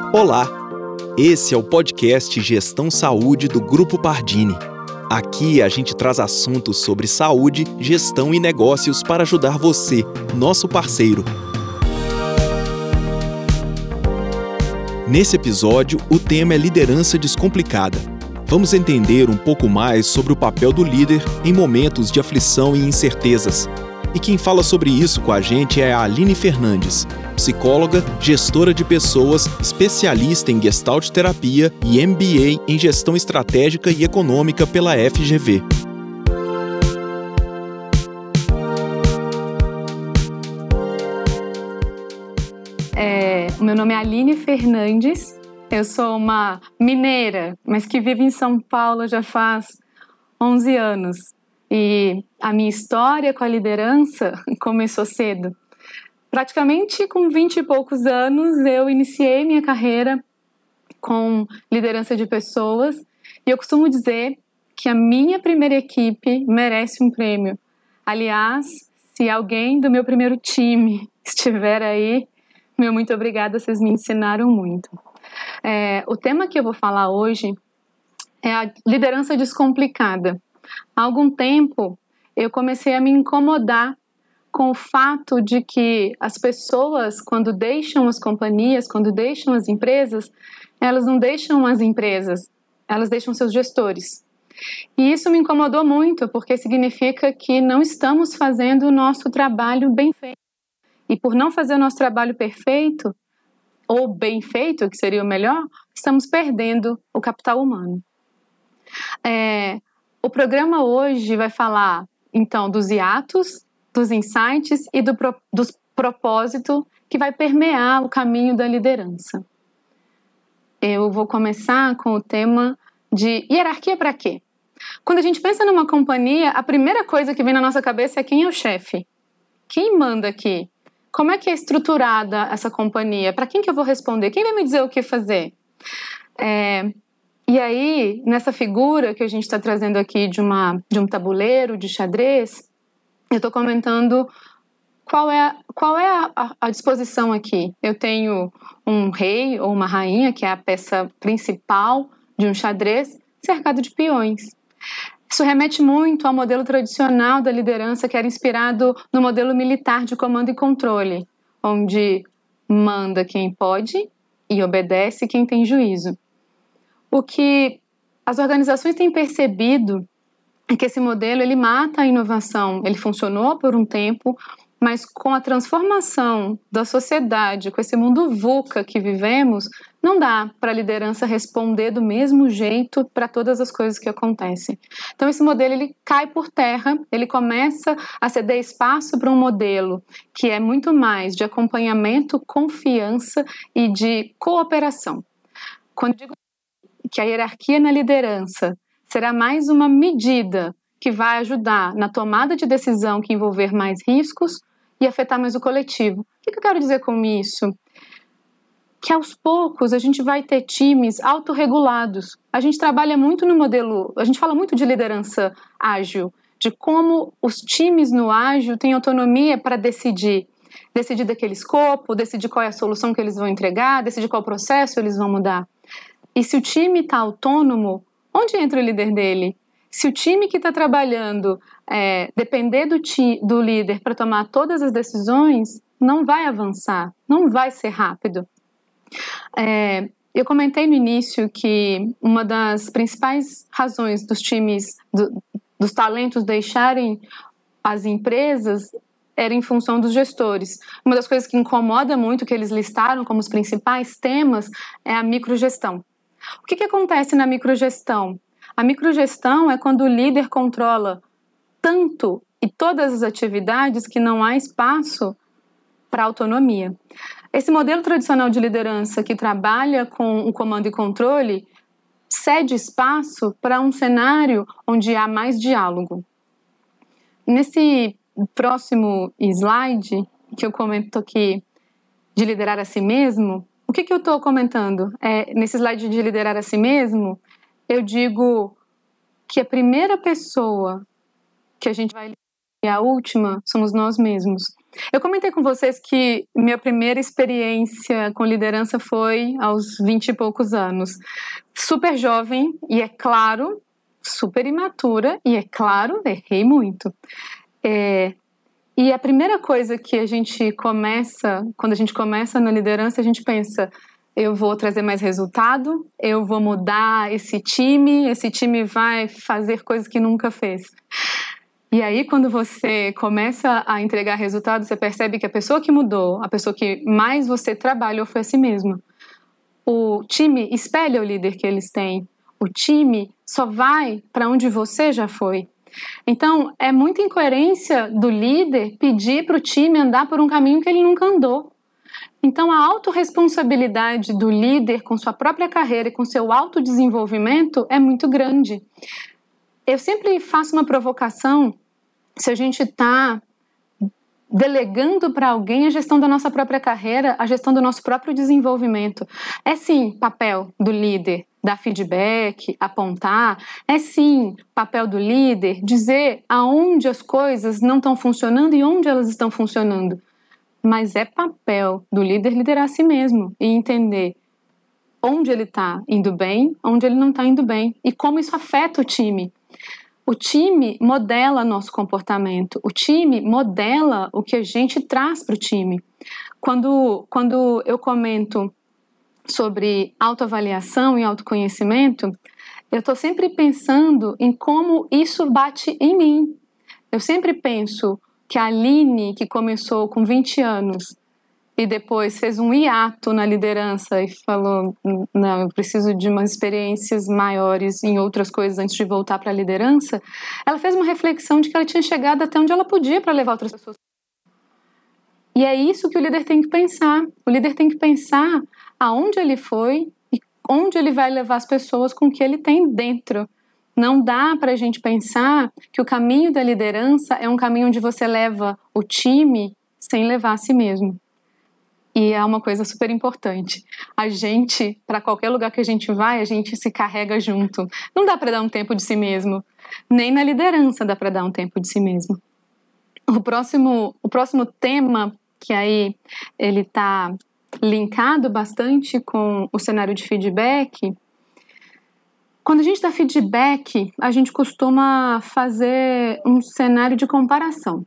Olá! Esse é o podcast Gestão Saúde do Grupo Pardini. Aqui a gente traz assuntos sobre saúde, gestão e negócios para ajudar você, nosso parceiro. Nesse episódio, o tema é liderança descomplicada. Vamos entender um pouco mais sobre o papel do líder em momentos de aflição e incertezas. E quem fala sobre isso com a gente é a Aline Fernandes, psicóloga, gestora de pessoas, especialista em Gestalt terapia e MBA em gestão estratégica e econômica pela FGV. O meu nome é Aline Fernandes, eu sou uma mineira, mas que vive em São Paulo já faz 11 anos. E a minha história com a liderança começou cedo. Praticamente com 20 e poucos anos, eu iniciei minha carreira com liderança de pessoas. E eu costumo dizer que a minha primeira equipe merece um prêmio. Aliás, se alguém do meu primeiro time estiver aí, meu muito obrigada, vocês me ensinaram muito. O tema que eu vou falar hoje é a liderança descomplicada. Há algum tempo, eu comecei a me incomodar com o fato de que as pessoas, quando deixam as companhias, quando deixam as empresas, elas não deixam as empresas, elas deixam seus gestores. E isso me incomodou muito, porque significa que não estamos fazendo o nosso trabalho bem feito. E por não fazer o nosso trabalho perfeito, ou bem feito, que seria o melhor, estamos perdendo o capital humano. O programa hoje vai falar, então, dos hiatos, dos insights e do propósito que vai permear o caminho da liderança. Eu vou começar com o tema de hierarquia para quê? Quando a gente pensa numa companhia, a primeira coisa que vem na nossa cabeça é quem é o chefe? Quem manda aqui? Como é que é estruturada essa companhia? Para quem que eu vou responder? Quem vai me dizer o que fazer? E aí, nessa figura que a gente está trazendo aqui de um tabuleiro de xadrez, eu estou comentando qual é a disposição aqui. Eu tenho um rei ou uma rainha, que é a peça principal de um xadrez, cercado de peões. Isso remete muito ao modelo tradicional da liderança, que era inspirado no modelo militar de comando e controle, onde manda quem pode e obedece quem tem juízo. O que as organizações têm percebido é que esse modelo ele mata a inovação. Ele funcionou por um tempo, mas com a transformação da sociedade, com esse mundo VUCA que vivemos, não dá para a liderança responder do mesmo jeito para todas as coisas que acontecem. Então esse modelo ele cai por terra, ele começa a ceder espaço para um modelo que é muito mais de acompanhamento, confiança e de cooperação. Quando eu digo que a hierarquia na liderança será mais uma medida que vai ajudar na tomada de decisão que envolver mais riscos e afetar mais o coletivo. O que eu quero dizer com isso? Que aos poucos a gente vai ter times autorregulados. A gente trabalha muito no modelo, a gente fala muito de liderança ágil, de como os times no ágil têm autonomia para decidir daquele escopo, decidir qual é a solução que eles vão entregar, decidir qual processo eles vão mudar. E se o time está autônomo, onde entra o líder dele? Se o time que está trabalhando depender do líder para tomar todas as decisões, não vai avançar, não vai ser rápido. Eu comentei no início que uma das principais razões dos times, dos talentos deixarem as empresas era em função dos gestores. Uma das coisas que incomoda muito, que eles listaram como os principais temas, é a microgestão. O que acontece na microgestão? A microgestão é quando o líder controla tanto e todas as atividades que não há espaço para autonomia. Esse modelo tradicional de liderança que trabalha com o comando e controle cede espaço para um cenário onde há mais diálogo. Nesse próximo slide, que eu comento aqui de liderar a si mesmo, o que eu estou comentando? Nesse slide de liderar a si mesmo, eu digo que a primeira pessoa que a gente vai liderar e a última somos nós mesmos. Eu comentei com vocês que minha primeira experiência com liderança foi aos 20 e poucos anos. Super jovem e, é claro, super imatura e, é claro, errei muito. E a primeira coisa que a gente começa, quando a gente começa na liderança, a gente pensa: eu vou trazer mais resultado, eu vou mudar esse time vai fazer coisas que nunca fez. E aí, quando você começa a entregar resultado, você percebe que a pessoa que mudou, a pessoa que mais você trabalhou foi a si mesma. O time espelha o líder que eles têm. O time só vai para onde você já foi. Então, é muita incoerência do líder pedir para o time andar por um caminho que ele nunca andou. Então, a autorresponsabilidade do líder com sua própria carreira e com seu autodesenvolvimento é muito grande. Eu sempre faço uma provocação: se a gente está delegando para alguém a gestão da nossa própria carreira, a gestão do nosso próprio desenvolvimento. É sim papel do líder dar feedback, apontar. É sim papel do líder dizer aonde as coisas não estão funcionando e onde elas estão funcionando. Mas é papel do líder liderar a si mesmo e entender onde ele está indo bem, onde ele não está indo bem e como isso afeta o time. O time modela nosso comportamento, o time modela o que a gente traz para o time. Quando eu comento sobre autoavaliação e autoconhecimento, eu estou sempre pensando em como isso bate em mim. Eu sempre penso que a Aline, que começou com 20 anos e depois fez um hiato na liderança e falou: não, eu preciso de umas experiências maiores em outras coisas antes de voltar para a liderança, ela fez uma reflexão de que ela tinha chegado até onde ela podia para levar outras pessoas. E é isso que o líder tem que pensar. O líder tem que pensar aonde ele foi e onde ele vai levar as pessoas com o que ele tem dentro. Não dá para a gente pensar que o caminho da liderança é um caminho onde você leva o time sem levar a si mesmo. E é uma coisa super importante. A gente, para qualquer lugar que a gente vai, a gente se carrega junto. Não dá para dar um tempo de si mesmo. Nem na liderança dá para dar um tempo de si mesmo. O próximo tema, que aí ele está linkado bastante com o cenário de feedback. Quando a gente dá feedback, a gente costuma fazer um cenário de comparação.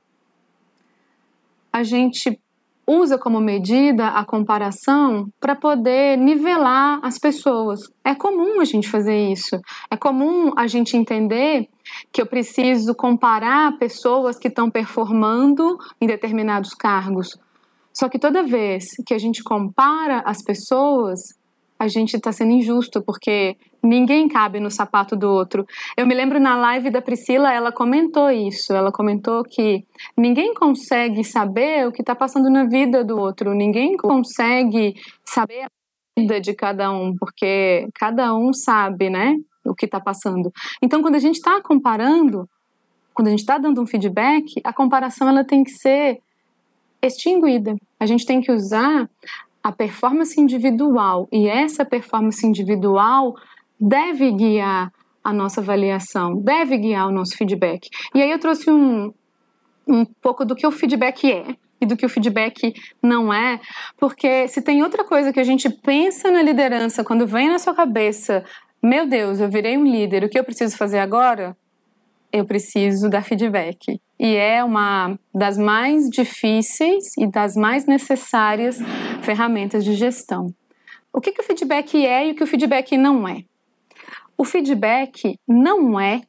A gente usa como medida a comparação para poder nivelar as pessoas. É comum a gente fazer isso. É comum a gente entender que eu preciso comparar pessoas que estão performando em determinados cargos. Só que toda vez que a gente compara as pessoas, a gente está sendo injusto, porque ninguém cabe no sapato do outro. Eu me lembro na live da Priscila, ela comentou isso. Ela comentou que ninguém consegue saber o que está passando na vida do outro. Ninguém consegue saber a vida de cada um, porque cada um sabe, né, o que está passando. Então, quando a gente está comparando, quando a gente está dando um feedback, a comparação ela tem que ser extinguida. A gente tem que usar a performance individual, e essa performance individual deve guiar a nossa avaliação, deve guiar o nosso feedback. E aí eu trouxe um pouco do que o feedback é e do que o feedback não é, porque se tem outra coisa que a gente pensa na liderança quando vem na sua cabeça: meu Deus, eu virei um líder, o que eu preciso fazer agora? Eu preciso dar feedback. E é uma das mais difíceis e das mais necessárias ferramentas de gestão. O que o feedback é e o que o feedback não é? O feedback não é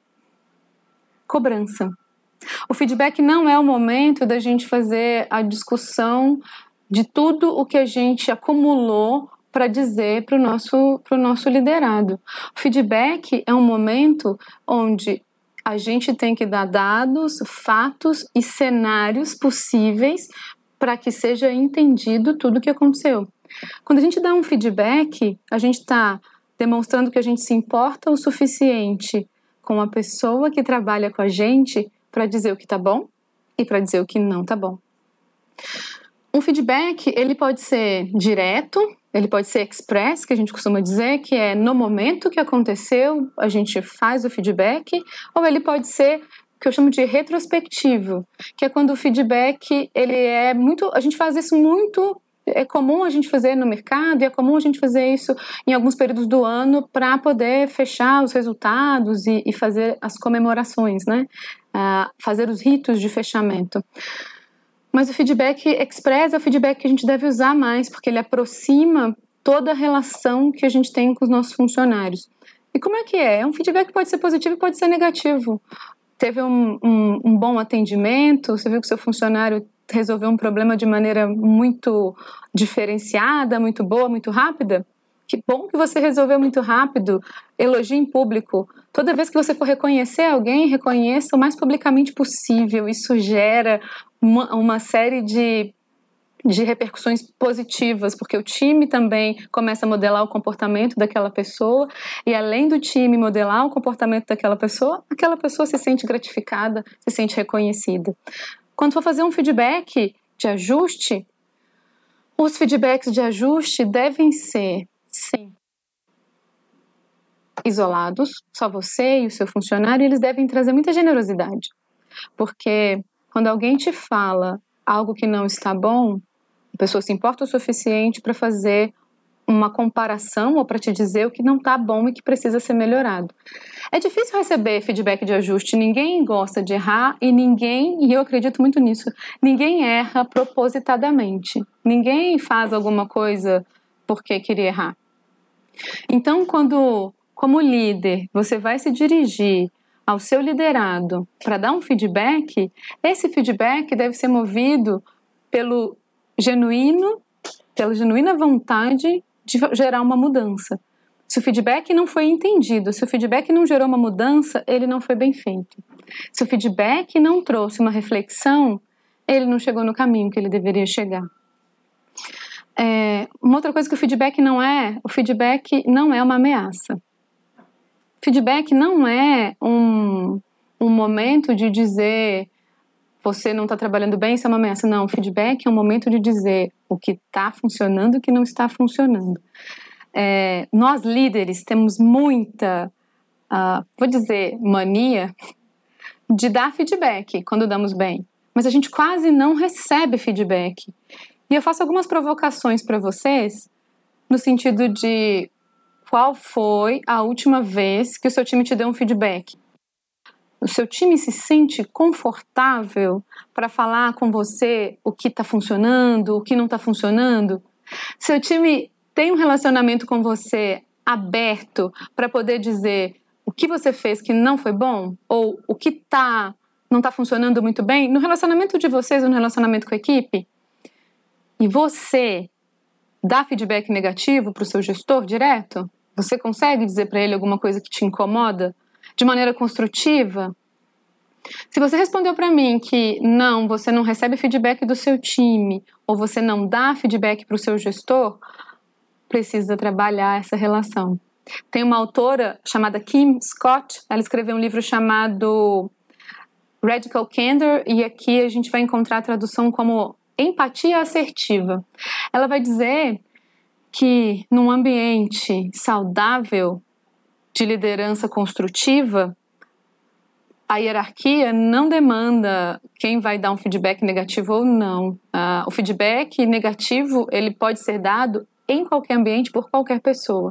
cobrança. O feedback não é o momento da gente fazer a discussão de tudo o que a gente acumulou para dizer para o nosso liderado. O feedback é um momento onde a gente tem que dar dados, fatos e cenários possíveis para que seja entendido tudo o que aconteceu. Quando a gente dá um feedback, a gente está demonstrando que a gente se importa o suficiente com a pessoa que trabalha com a gente para dizer o que está bom e para dizer o que não está bom. Um feedback, ele pode ser direto, ele pode ser express, que a gente costuma dizer, que é no momento que aconteceu, a gente faz o feedback, ou ele pode ser que eu chamo de retrospectivo, que é quando o feedback, ele é muito, a gente faz isso muito, é comum a gente fazer no mercado, e é comum a gente fazer isso em alguns períodos do ano para poder fechar os resultados e fazer as comemorações, né? Fazer os ritos de fechamento. Mas o feedback express é o feedback que a gente deve usar mais, porque ele aproxima toda a relação que a gente tem com os nossos funcionários. E como é que é? É um feedback que pode ser positivo e pode ser negativo. Teve um bom atendimento, você viu que seu funcionário resolveu um problema de maneira muito diferenciada, muito boa, muito rápida? Que bom que você resolveu muito rápido. Elogie em público. Toda vez que você for reconhecer alguém, reconheça o mais publicamente possível. Isso gera uma série de repercussões positivas, porque o time também começa a modelar o comportamento daquela pessoa, e além do time modelar o comportamento daquela pessoa se sente gratificada, se sente reconhecida. Quando for fazer um feedback de ajuste, os feedbacks de ajuste devem ser, sim, isolados, só você e o seu funcionário, e eles devem trazer muita generosidade, porque quando alguém te fala algo que não está bom, a pessoa se importa o suficiente para fazer uma comparação ou para te dizer o que não está bom e que precisa ser melhorado. É difícil receber feedback de ajuste, ninguém gosta de errar e eu acredito muito nisso, ninguém erra propositadamente, ninguém faz alguma coisa porque queria errar. Então, quando, como líder, você vai se dirigir ao seu liderado para dar um feedback, esse feedback deve ser movido pela genuína vontade de gerar uma mudança. Se o feedback não foi entendido, se o feedback não gerou uma mudança, ele não foi bem feito. Se o feedback não trouxe uma reflexão, ele não chegou no caminho que ele deveria chegar. Uma outra coisa que o feedback não é uma ameaça. Feedback não é um momento de dizer você não está trabalhando bem, isso é uma ameaça. Não, o feedback é um momento de dizer o que está funcionando e o que não está funcionando. Nós líderes temos muita, vou dizer, mania de dar feedback quando damos bem, mas a gente quase não recebe feedback. E eu faço algumas provocações para vocês no sentido de qual foi a última vez que o seu time te deu um feedback. O seu time se sente confortável para falar com você o que está funcionando, o que não está funcionando? Seu time tem um relacionamento com você aberto para poder dizer o que você fez que não foi bom? Ou o que não está funcionando muito bem? No relacionamento de vocês, no relacionamento com a equipe? E você dá feedback negativo para o seu gestor direto? Você consegue dizer para ele alguma coisa que te incomoda? De maneira construtiva? Se você respondeu para mim que não, você não recebe feedback do seu time, ou você não dá feedback para o seu gestor, precisa trabalhar essa relação. Tem uma autora chamada Kim Scott, ela escreveu um livro chamado Radical Candor, e aqui a gente vai encontrar a tradução como empatia assertiva. Ela vai dizer que num ambiente saudável de liderança construtiva, a hierarquia não demanda quem vai dar um feedback negativo ou não. O feedback negativo ele pode ser dado em qualquer ambiente por qualquer pessoa.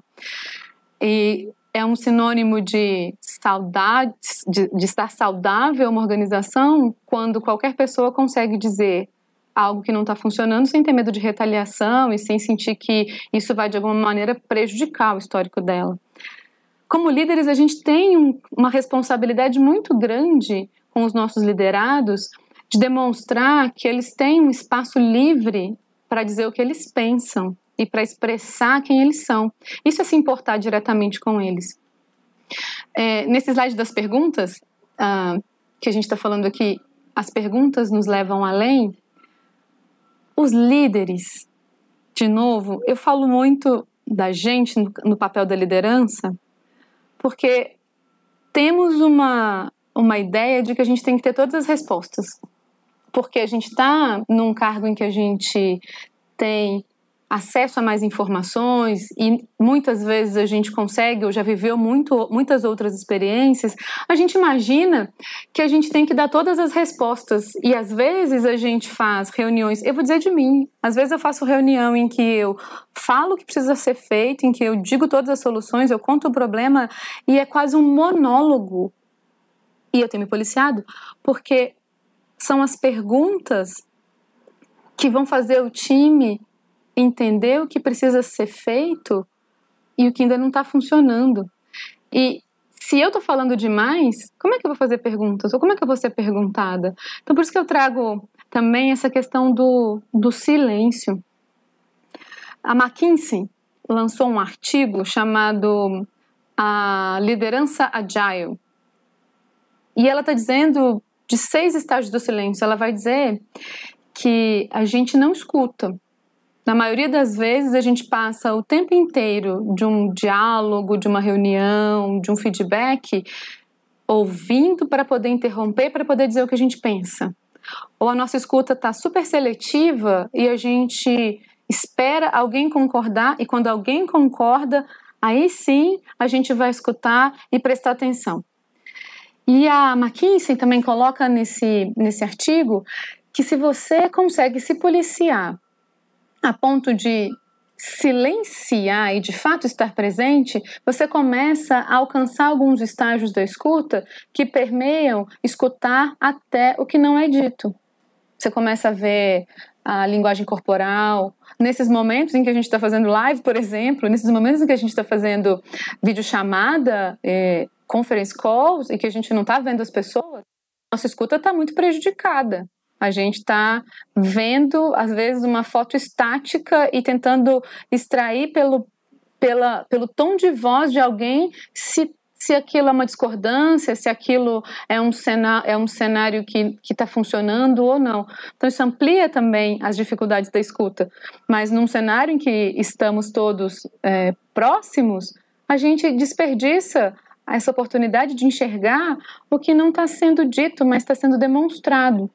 E é um sinônimo de saudade, de estar saudável uma organização quando qualquer pessoa consegue dizer algo que não está funcionando sem ter medo de retaliação e sem sentir que isso vai de alguma maneira prejudicar o histórico dela. Como líderes, a gente tem uma responsabilidade muito grande com os nossos liderados de demonstrar que eles têm um espaço livre para dizer o que eles pensam e para expressar quem eles são. Isso é se importar diretamente com eles. Nesse slide das perguntas, que a gente está falando aqui, as perguntas nos levam além. Os líderes, de novo, eu falo muito da gente no papel da liderança, porque temos uma ideia de que a gente tem que ter todas as respostas. Porque a gente está num cargo em que a gente tem acesso a mais informações e muitas vezes a gente consegue ou já viveu muitas outras experiências, a gente imagina que a gente tem que dar todas as respostas e às vezes a gente faz reuniões, eu vou dizer de mim, às vezes eu faço reunião em que eu falo o que precisa ser feito, em que eu digo todas as soluções, eu conto o problema e é quase um monólogo e eu tenho me policiado porque são as perguntas que vão fazer o time entender o que precisa ser feito e o que ainda não está funcionando. E se eu estou falando demais, como é que eu vou fazer perguntas? Ou como é que eu vou ser perguntada? Então, por isso que eu trago também essa questão do silêncio. A McKinsey lançou um artigo chamado A Liderança Agile. E ela está dizendo de 6 estágios do silêncio. Ela vai dizer que a gente não escuta. Na maioria das vezes, a gente passa o tempo inteiro de um diálogo, de uma reunião, de um feedback, ouvindo para poder interromper, para poder dizer o que a gente pensa. Ou a nossa escuta está super seletiva e a gente espera alguém concordar e quando alguém concorda, aí sim a gente vai escutar e prestar atenção. E a McKinsey também coloca nesse artigo que se você consegue se policiar a ponto de silenciar e de fato estar presente, você começa a alcançar alguns estágios da escuta que permeiam escutar até o que não é dito. Você começa a ver a linguagem corporal. Nesses momentos em que a gente está fazendo live, por exemplo, nesses momentos em que a gente está fazendo videochamada, conference calls, e que a gente não está vendo as pessoas, nossa escuta está muito prejudicada. A gente está vendo, às vezes, uma foto estática e tentando extrair pelo tom de voz de alguém se aquilo é uma discordância, se aquilo é um cenário que está funcionando ou não. Então, isso amplia também as dificuldades da escuta. Mas num cenário em que estamos todos próximos, a gente desperdiça essa oportunidade de enxergar o que não está sendo dito, mas está sendo demonstrado.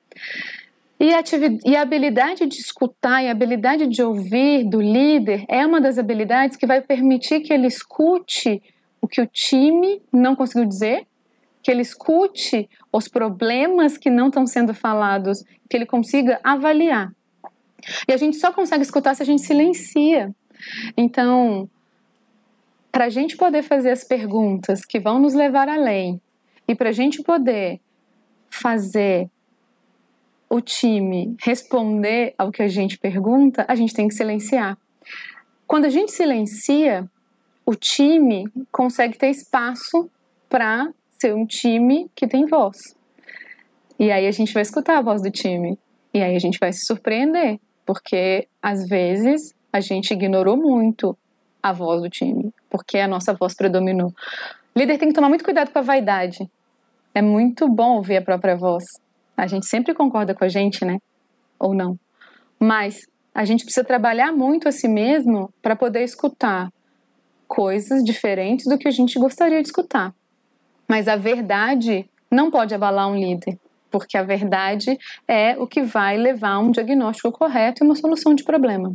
E a habilidade de escutar e a habilidade de ouvir do líder é uma das habilidades que vai permitir que ele escute o que o time não conseguiu dizer, que ele escute os problemas que não estão sendo falados, que ele consiga avaliar. E a gente só consegue escutar se a gente silencia. Então, para a gente poder fazer as perguntas que vão nos levar além e para a gente poder fazer o time responder ao que a gente pergunta, a gente tem que silenciar. Quando a gente silencia, o time consegue ter espaço para ser um time que tem voz. E aí a gente vai escutar a voz do time. E aí a gente vai se surpreender, porque às vezes a gente ignorou muito a voz do time, porque a nossa voz predominou. O líder tem que tomar muito cuidado com a vaidade. É muito bom ouvir a própria voz. A gente sempre concorda com a gente, né? Ou não. Mas a gente precisa trabalhar muito a si mesmo para poder escutar coisas diferentes do que a gente gostaria de escutar. Mas a verdade não pode abalar um líder, porque a verdade é o que vai levar a um diagnóstico correto e uma solução de problema.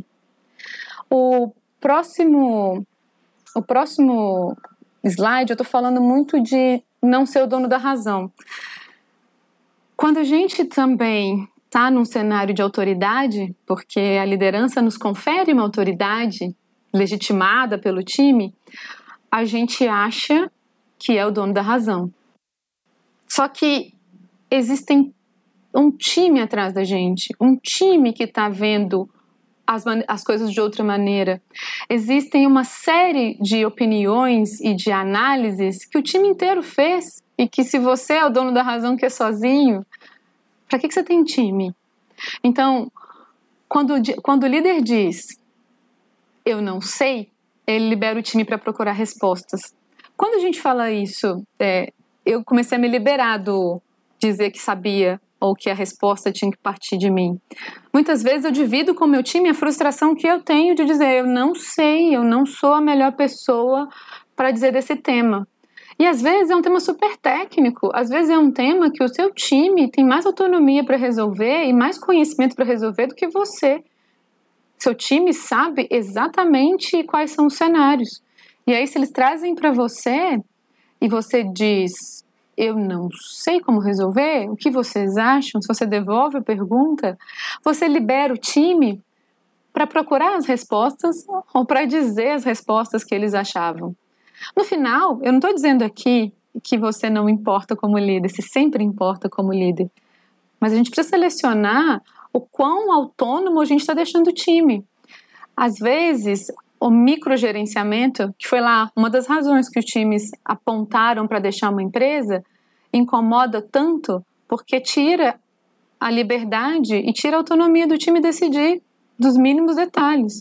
O próximo slide, eu estou falando muito de não ser o dono da razão. Quando a gente também está num cenário de autoridade, porque a liderança nos confere uma autoridade legitimada pelo time, a gente acha que é o dono da razão. Só que existem um time atrás da gente, um time que está vendo as coisas de outra maneira. Existem uma série de opiniões e de análises que o time inteiro fez e que se você é o dono da razão que é sozinho, para que você tem time? Então, quando o líder diz eu não sei, ele libera o time para procurar respostas. Quando a gente fala isso, eu comecei a me liberar do dizer que sabia ou que a resposta tinha que partir de mim. Muitas vezes eu divido com o meu time a frustração que eu tenho de dizer eu não sei, eu não sou a melhor pessoa para dizer desse tema. E às vezes é um tema super técnico, às vezes é um tema que o seu time tem mais autonomia para resolver e mais conhecimento para resolver do que você. seu time sabe exatamente quais são os cenários. E aí, se eles trazem para você e você diz, eu não sei como resolver, o que vocês acham? Se você devolve a pergunta, você libera o time para procurar as respostas ou para dizer as respostas que eles achavam. No final, eu não estou dizendo aqui que você não importa como líder, você sempre importa como líder. Mas a gente precisa selecionar o quão autônomo a gente está deixando o time. Às vezes, o microgerenciamento, que foi lá uma das razões que os times apontaram para deixar uma empresa, incomoda tanto porque tira a liberdade e tira a autonomia do time decidir dos mínimos detalhes.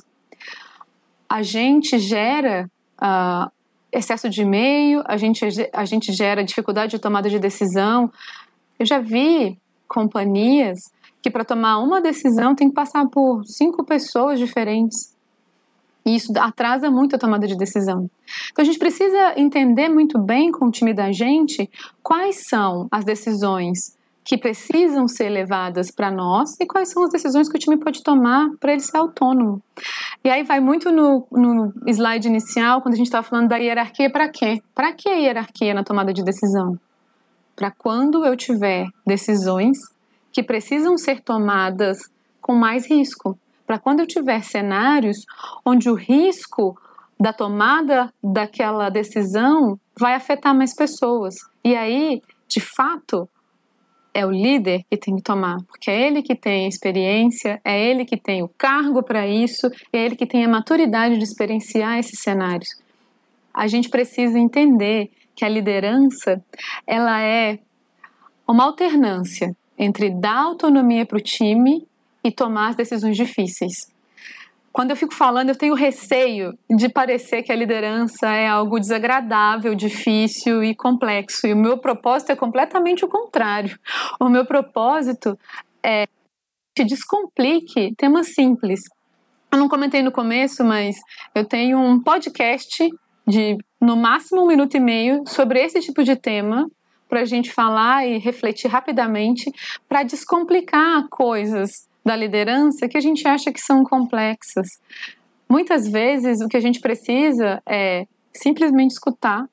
A gente gera excesso de e-mail, a gente gera dificuldade de tomada de decisão. Eu já vi companhias que para tomar uma decisão tem que passar por 5 pessoas diferentes. E isso atrasa muito a tomada de decisão. Então a gente precisa entender muito bem com o time da gente quais são as decisões que precisam ser levadas para nós e quais são as decisões que o time pode tomar para ele ser autônomo. E aí vai muito no slide inicial, quando a gente estava falando da hierarquia, para quê? Para que a hierarquia na tomada de decisão? Para quando eu tiver decisões que precisam ser tomadas com mais risco. Para quando eu tiver cenários onde o risco da tomada daquela decisão vai afetar mais pessoas. E aí, de fato, é o líder que tem que tomar, porque é ele que tem a experiência, é ele que tem o cargo para isso, é ele que tem a maturidade de experienciar esses cenários. A gente precisa entender que a liderança, ela é uma alternância entre dar autonomia para o time e tomar as decisões difíceis. Quando eu fico falando, eu tenho receio de parecer que a liderança é algo desagradável, difícil e complexo. E o meu propósito é completamente o contrário. O meu propósito é que descomplique temas simples. Eu não comentei no começo, mas eu tenho um podcast de, no máximo, 1 minuto e meio sobre esse tipo de tema, para a gente falar e refletir rapidamente, para descomplicar coisas da liderança que a gente acha que são complexas. Muitas vezes o que a gente precisa é simplesmente escutar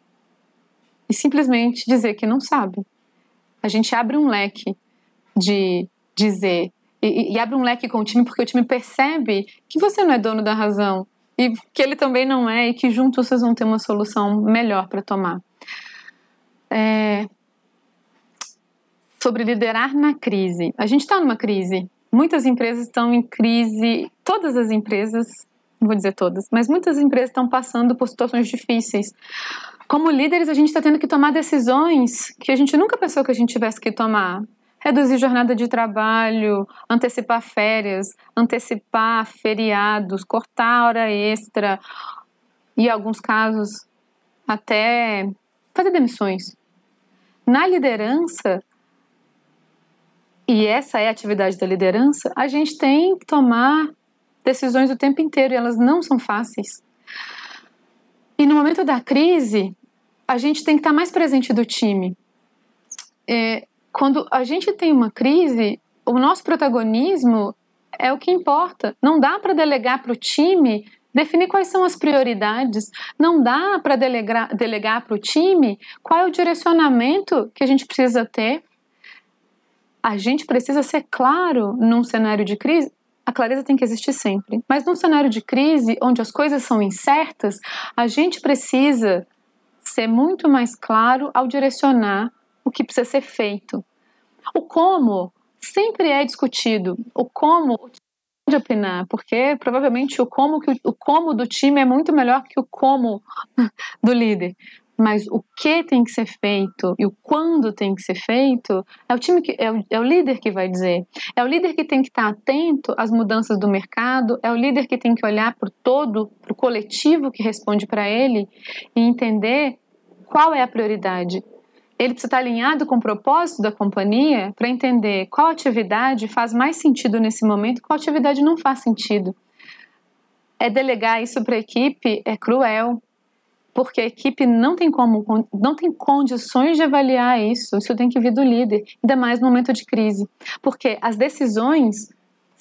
e simplesmente dizer que não sabe. A gente abre um leque de dizer e abre um leque com o time porque o time percebe que você não é dono da razão e que ele também não é e que juntos vocês vão ter uma solução melhor para tomar. Sobre liderar na crise. A gente está numa crise. Muitas empresas estão em crise, todas as empresas, não vou dizer todas, mas muitas empresas estão passando por situações difíceis. Como líderes, a gente está tendo que tomar decisões que a gente nunca pensou que a gente tivesse que tomar. Reduzir jornada de trabalho, antecipar férias, antecipar feriados, cortar hora extra e, em alguns casos, até fazer demissões. Na liderança, e essa é a atividade da liderança, a gente tem que tomar decisões o tempo inteiro e elas não são fáceis. E no momento da crise, a gente tem que estar mais presente do time. Quando a gente tem uma crise, o nosso protagonismo é o que importa. Não dá para delegar para o time definir quais são as prioridades. Não dá para delegar para o time qual é o direcionamento que a gente precisa ter. A gente precisa ser claro num cenário de crise. A clareza tem que existir sempre. Mas num cenário de crise, onde as coisas são incertas, a gente precisa ser muito mais claro ao direcionar o que precisa ser feito. O como sempre é discutido. O como pode opinar, porque provavelmente o como do time é muito melhor que o como do líder. Mas o que tem que ser feito e o quando tem que ser feito é o time é o líder que vai dizer. É o líder que tem que estar atento às mudanças do mercado, é o líder que tem que olhar para o coletivo que responde para ele e entender qual é a prioridade. Ele precisa estar alinhado com o propósito da companhia para entender qual atividade faz mais sentido nesse momento e qual atividade não faz sentido. Delegar isso para a equipe é cruel. Porque a equipe não tem condições de avaliar isso tem que vir do líder, ainda mais no momento de crise. Porque as decisões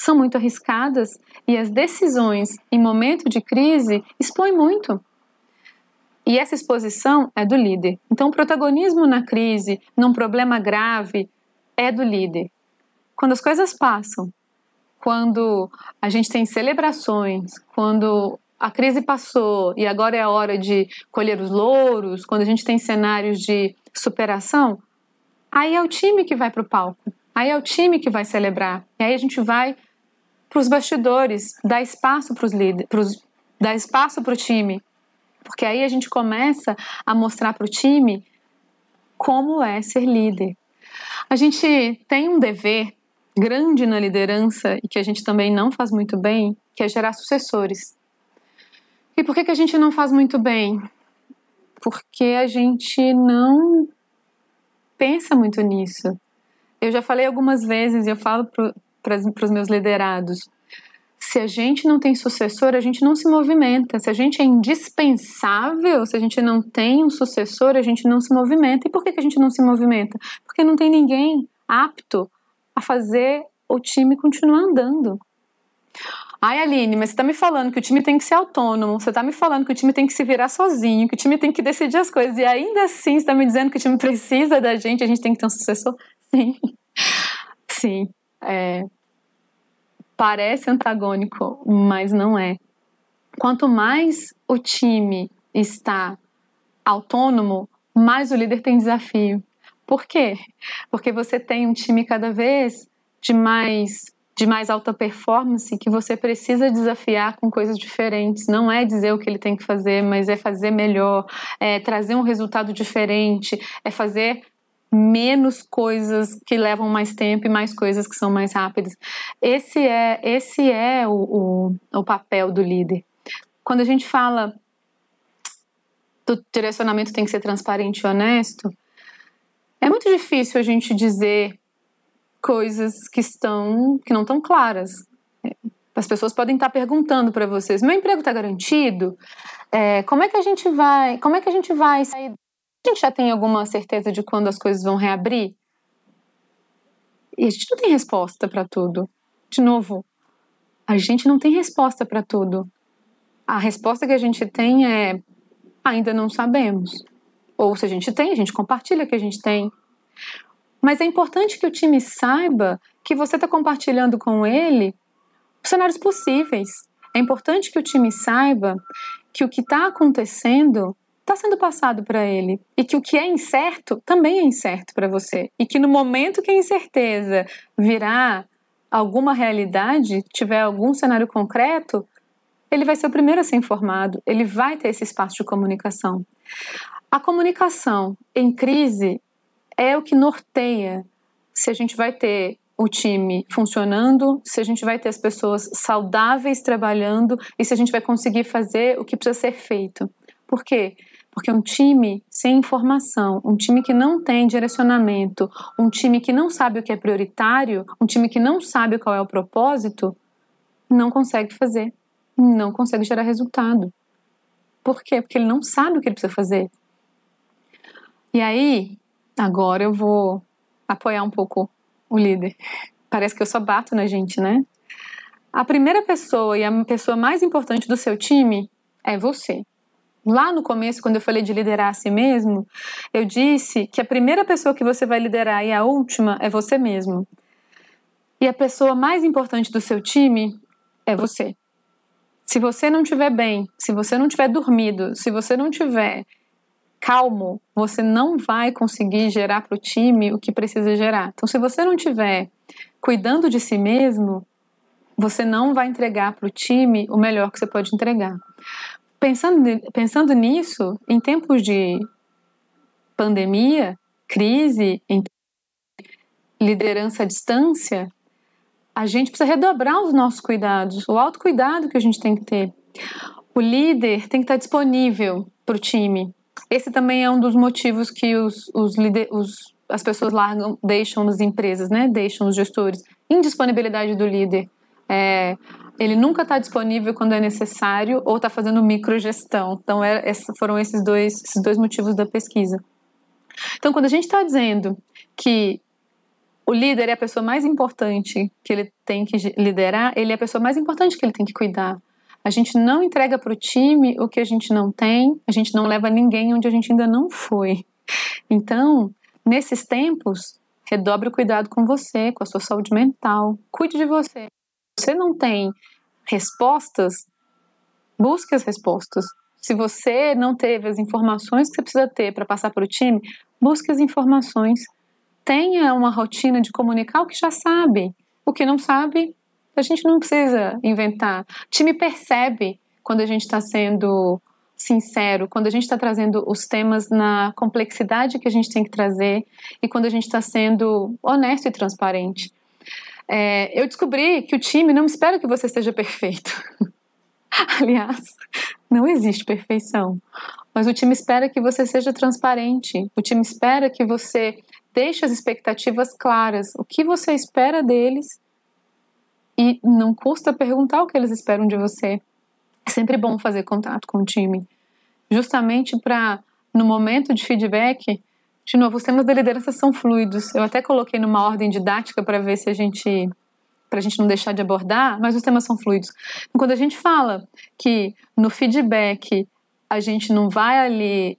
são muito arriscadas e as decisões em momento de crise expõem muito. E essa exposição é do líder. Então, o protagonismo na crise, num problema grave, é do líder. Quando as coisas passam, quando a gente tem celebrações, quando a crise passou e agora é a hora de colher os louros, quando a gente tem cenários de superação, aí é o time que vai para o palco, aí é o time que vai celebrar, e aí a gente vai para os bastidores, dar espaço para os líderes, dar espaço para o time, porque aí a gente começa a mostrar para o time como é ser líder. A gente tem um dever grande na liderança e que a gente também não faz muito bem, que é gerar sucessores. E por que a gente não faz muito bem? Porque a gente não pensa muito nisso. Eu já falei algumas vezes e eu falo para os meus liderados, se a gente não tem sucessor, a gente não se movimenta. Se a gente é indispensável, se a gente não tem um sucessor, a gente não se movimenta. E por que a gente não se movimenta? Porque não tem ninguém apto a fazer o time continuar andando. Ai, Aline, mas você está me falando que o time tem que ser autônomo, você está me falando que o time tem que se virar sozinho, que o time tem que decidir as coisas, e ainda assim você está me dizendo que o time precisa da gente, a gente tem que ter um sucessor? Sim. Sim. Parece antagônico, mas não é. Quanto mais o time está autônomo, mais o líder tem desafio. Por quê? Porque você tem um time cada vez de mais alta performance que você precisa desafiar com coisas diferentes. Não é dizer o que ele tem que fazer, mas é fazer melhor, é trazer um resultado diferente, é fazer menos coisas que levam mais tempo e mais coisas que são mais rápidas. Esse é o papel do líder. Quando a gente fala do direcionamento tem que ser transparente e honesto, é muito difícil a gente dizer coisas que não estão claras. As pessoas podem estar perguntando para vocês, meu emprego está garantido? Como é que a gente vai sair? A gente já tem alguma certeza de quando as coisas vão reabrir? E a gente não tem resposta para tudo. De novo, a gente não tem resposta para tudo. A resposta que a gente tem é ainda não sabemos. Ou se a gente tem, a gente compartilha o que a gente tem. Mas é importante que o time saiba que você está compartilhando com ele os cenários possíveis. É importante que o time saiba que o que está acontecendo está sendo passado para ele e que o que é incerto também é incerto para você e que no momento que a incerteza virar alguma realidade, tiver algum cenário concreto, ele vai ser o primeiro a ser informado, ele vai ter esse espaço de comunicação. A comunicação em crise é o que norteia se a gente vai ter o time funcionando, se a gente vai ter as pessoas saudáveis trabalhando e se a gente vai conseguir fazer o que precisa ser feito. Por quê? Porque um time sem informação, um time que não tem direcionamento, um time que não sabe o que é prioritário, um time que não sabe qual é o propósito, não consegue fazer, não consegue gerar resultado. Por quê? Porque ele não sabe o que ele precisa fazer. E aí, agora eu vou apoiar um pouco o líder. Parece que eu só bato na gente, né? A primeira pessoa e a pessoa mais importante do seu time é você. Lá no começo, quando eu falei de liderar a si mesmo, eu disse que a primeira pessoa que você vai liderar e a última é você mesmo. E a pessoa mais importante do seu time é você. Se você não estiver bem, se você não estiver dormido, se você não estiver calmo, você não vai conseguir gerar para o time o que precisa gerar. Então, se você não estiver cuidando de si mesmo, você não vai entregar para o time o melhor que você pode entregar. Pensando nisso, em tempos de pandemia, crise, em liderança à distância, a gente precisa redobrar os nossos cuidados, o autocuidado que a gente tem que ter. O líder tem que estar disponível para o time. Esse também é um dos motivos que as pessoas deixam as empresas, né? Deixam os gestores. Indisponibilidade do líder. Ele nunca está disponível quando é necessário ou está fazendo microgestão. Então, foram esses dois motivos da pesquisa. Então, quando a gente está dizendo que o líder é a pessoa mais importante que ele tem que liderar, ele é a pessoa mais importante que ele tem que cuidar. A gente não entrega para o time o que a gente não tem, a gente não leva ninguém onde a gente ainda não foi. Então, nesses tempos, redobre o cuidado com você, com a sua saúde mental, cuide de você. Se você não tem respostas, busque as respostas. Se você não teve as informações que você precisa ter para passar para o time, busque as informações. Tenha uma rotina de comunicar o que já sabe. O que não sabe, a gente não precisa inventar. O time percebe quando a gente está sendo sincero, quando a gente está trazendo os temas na complexidade que a gente tem que trazer e quando a gente está sendo honesto e transparente. Eu descobri que o time não espera que você esteja perfeito. Aliás, não existe perfeição. Mas o time espera que você seja transparente. O time espera que você deixe as expectativas claras. O que você espera deles e não custa perguntar o que eles esperam de você. É sempre bom fazer contato com o time. Justamente para, no momento de feedback, de novo, os temas da liderança são fluidos. Eu até coloquei numa ordem didática para ver se para a gente não deixar de abordar, mas os temas são fluidos. Então, quando a gente fala que no feedback a gente não vai ali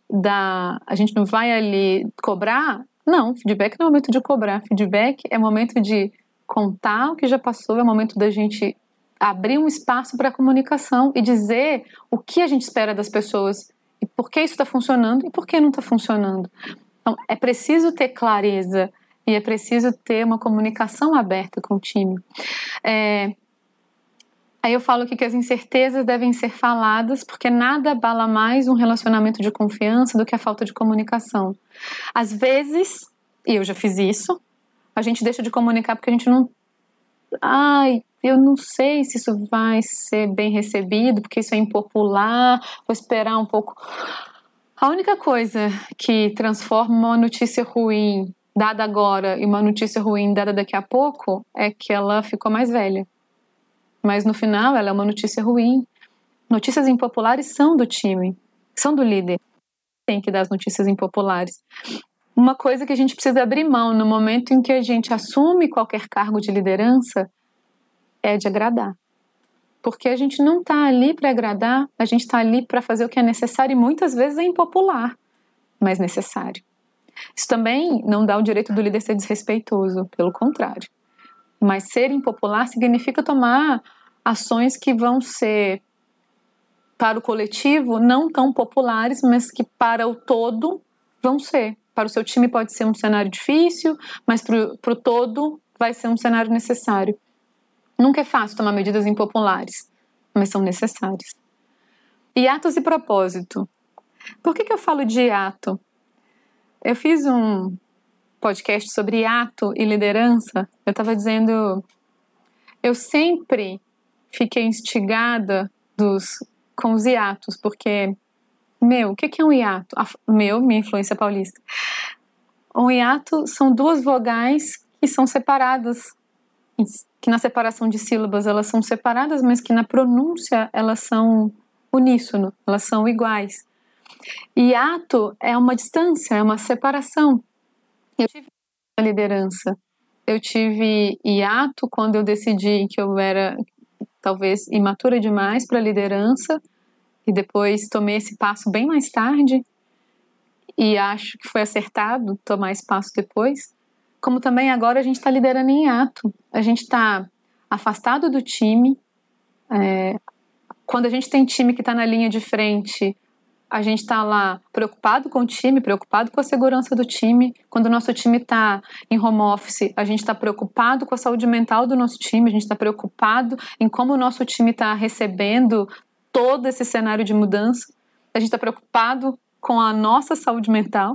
cobrar, não, feedback não é momento de cobrar, feedback é momento de contar o que já passou, é momento da gente abrir um espaço para a comunicação e dizer o que a gente espera das pessoas e por que isso está funcionando e por que não está funcionando. Então, é preciso ter clareza e é preciso ter uma comunicação aberta com o time. Aí eu falo aqui que as incertezas devem ser faladas, porque nada abala mais um relacionamento de confiança do que a falta de comunicação. Às vezes, e eu já fiz isso, a gente deixa de comunicar porque a gente não... eu não sei se isso vai ser bem recebido, porque isso é impopular, vou esperar um pouco. A única coisa que transforma uma notícia ruim dada agora e uma notícia ruim dada daqui a pouco é que ela ficou mais velha. Mas no final ela é uma notícia ruim. Notícias impopulares são do time, são do líder. Tem que dar as notícias impopulares. Uma coisa que a gente precisa abrir mão no momento em que a gente assume qualquer cargo de liderança é de agradar. Porque a gente não está ali para agradar, a gente está ali para fazer o que é necessário e muitas vezes é impopular, mas necessário. Isso também não dá o direito do líder ser desrespeitoso, pelo contrário. Mas ser impopular significa tomar ações que vão ser, para o coletivo, não tão populares, mas que para o todo vão ser. Para o seu time pode ser um cenário difícil, mas para o todo vai ser um cenário necessário. Nunca é fácil tomar medidas impopulares, mas são necessárias. Hiatos e propósito. Por que eu falo de hiato? Eu fiz um podcast sobre hiato e liderança. Eu estava dizendo, eu sempre fiquei instigada com os hiatos, porque, o que é um hiato? Minha influência paulista. Um hiato são duas vogais que são separadas, que na separação de sílabas elas são separadas, mas que na pronúncia elas são uníssono, elas são iguais. Hiato é uma distância, é uma separação. Eu tive a liderança. Eu tive hiato quando eu decidi que eu era talvez imatura demais para a liderança e depois tomei esse passo bem mais tarde e acho que foi acertado tomar esse passo depois. Como também agora a gente está liderando em hiato. A gente está afastado do time. Quando a gente tem time que está na linha de frente, a gente está lá preocupado com o time, preocupado com a segurança do time. Quando o nosso time está em home office, a gente está preocupado com a saúde mental do nosso time, a gente está preocupado em como o nosso time está recebendo todo esse cenário de mudança. A gente está preocupado com a nossa saúde mental.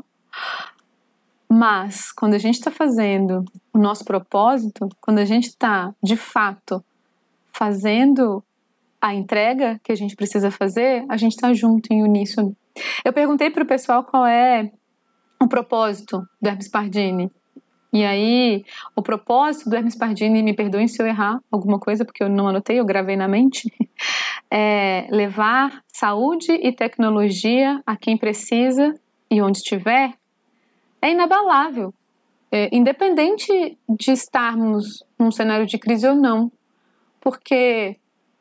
Mas, quando a gente está fazendo o nosso propósito, quando a gente está, de fato, fazendo a entrega que a gente precisa fazer, a gente está junto, em uníssono. Eu perguntei para o pessoal qual é o propósito do Hermes Pardini. E aí, o propósito do Hermes Pardini, me perdoem se eu errar alguma coisa, porque eu não anotei, eu gravei na mente, é levar saúde e tecnologia a quem precisa e onde estiver. É inabalável. independente de estarmos num cenário de crise ou não, porque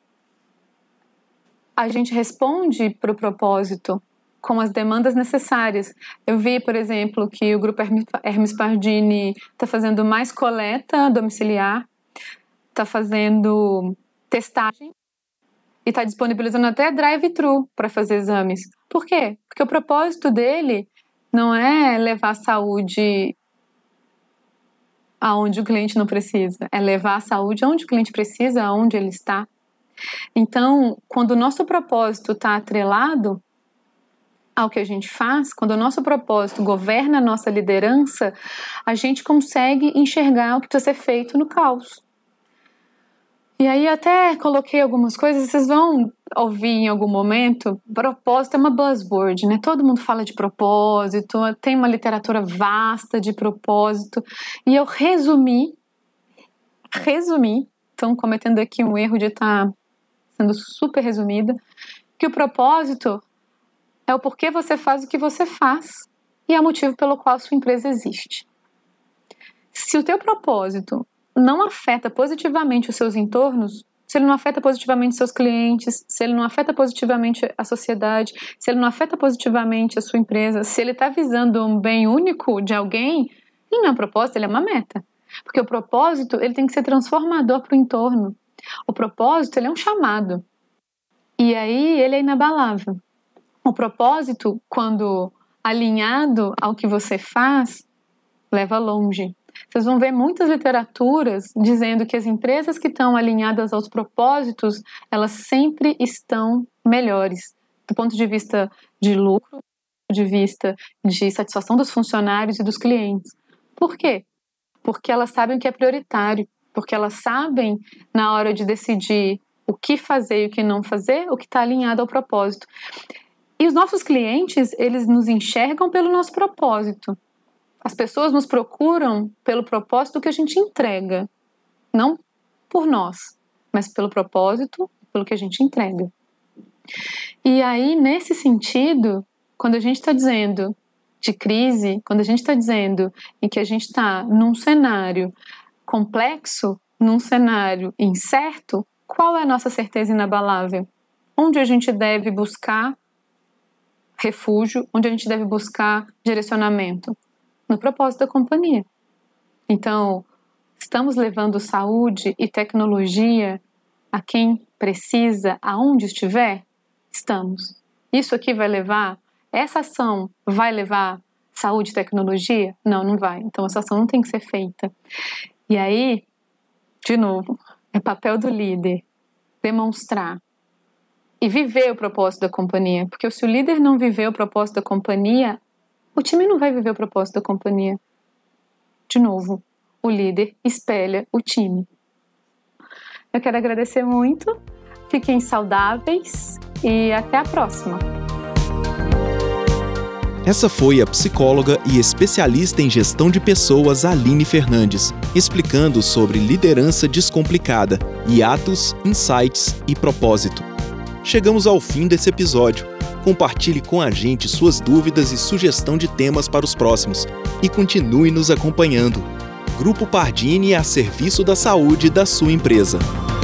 a gente responde para o propósito com as demandas necessárias. Eu vi, por exemplo, que o grupo Hermes Pardini está fazendo mais coleta domiciliar, está fazendo testagem e está disponibilizando até drive-thru para fazer exames. Por quê? Porque o propósito dele não é levar a saúde aonde o cliente não precisa, é levar a saúde aonde o cliente precisa, aonde ele está. Então, quando o nosso propósito está atrelado ao que a gente faz, quando o nosso propósito governa a nossa liderança, a gente consegue enxergar o que precisa ser feito no caos. E aí até coloquei algumas coisas, vocês vão ouvir em algum momento, propósito é uma buzzword, né? Todo mundo fala de propósito, tem uma literatura vasta de propósito, e eu resumi, então cometendo aqui um erro de estar sendo super resumida, que o propósito é o porquê você faz o que você faz e é o motivo pelo qual a sua empresa existe. Se o teu propósito não afeta positivamente os seus entornos, se ele não afeta positivamente seus clientes, se ele não afeta positivamente a sociedade, se ele não afeta positivamente a sua empresa, se ele está visando um bem único de alguém, ele não é um propósito, ele é uma meta. Porque o propósito ele tem que ser transformador para o entorno. O propósito ele é um chamado. E aí ele é inabalável. O propósito, quando alinhado ao que você faz, leva longe. Vocês vão ver muitas literaturas dizendo que as empresas que estão alinhadas aos propósitos, elas sempre estão melhores, do ponto de vista de lucro, do ponto de vista de satisfação dos funcionários e dos clientes. Por quê? Porque elas sabem o que é prioritário, porque elas sabem, na hora de decidir o que fazer e o que não fazer, o que está alinhado ao propósito. E os nossos clientes, eles nos enxergam pelo nosso propósito. As pessoas nos procuram pelo propósito que a gente entrega, não por nós, mas pelo propósito, pelo que a gente entrega. E aí, nesse sentido, quando a gente está dizendo de crise, quando a gente está dizendo em que a gente está num cenário complexo, num cenário incerto, qual é a nossa certeza inabalável? Onde a gente deve buscar refúgio, onde a gente deve buscar direcionamento? No propósito da companhia. Então, estamos levando saúde e tecnologia a quem precisa, aonde estiver? Estamos. Isso aqui vai levar, essa ação vai levar saúde e tecnologia? Não, não vai. Então, essa ação não tem que ser feita. E aí, de novo, é papel do líder demonstrar e viver o propósito da companhia. Porque se o líder não viver o propósito da companhia, o time não vai viver o propósito da companhia. De novo, o líder espelha o time. Eu quero agradecer muito, fiquem saudáveis e até a próxima. Essa foi a psicóloga e especialista em gestão de pessoas Aline Fernandes, explicando sobre liderança descomplicada, hiatos, insights e propósito. Chegamos ao fim desse episódio. Compartilhe com a gente suas dúvidas e sugestão de temas para os próximos. E continue nos acompanhando. Grupo Pardini a serviço da saúde da sua empresa.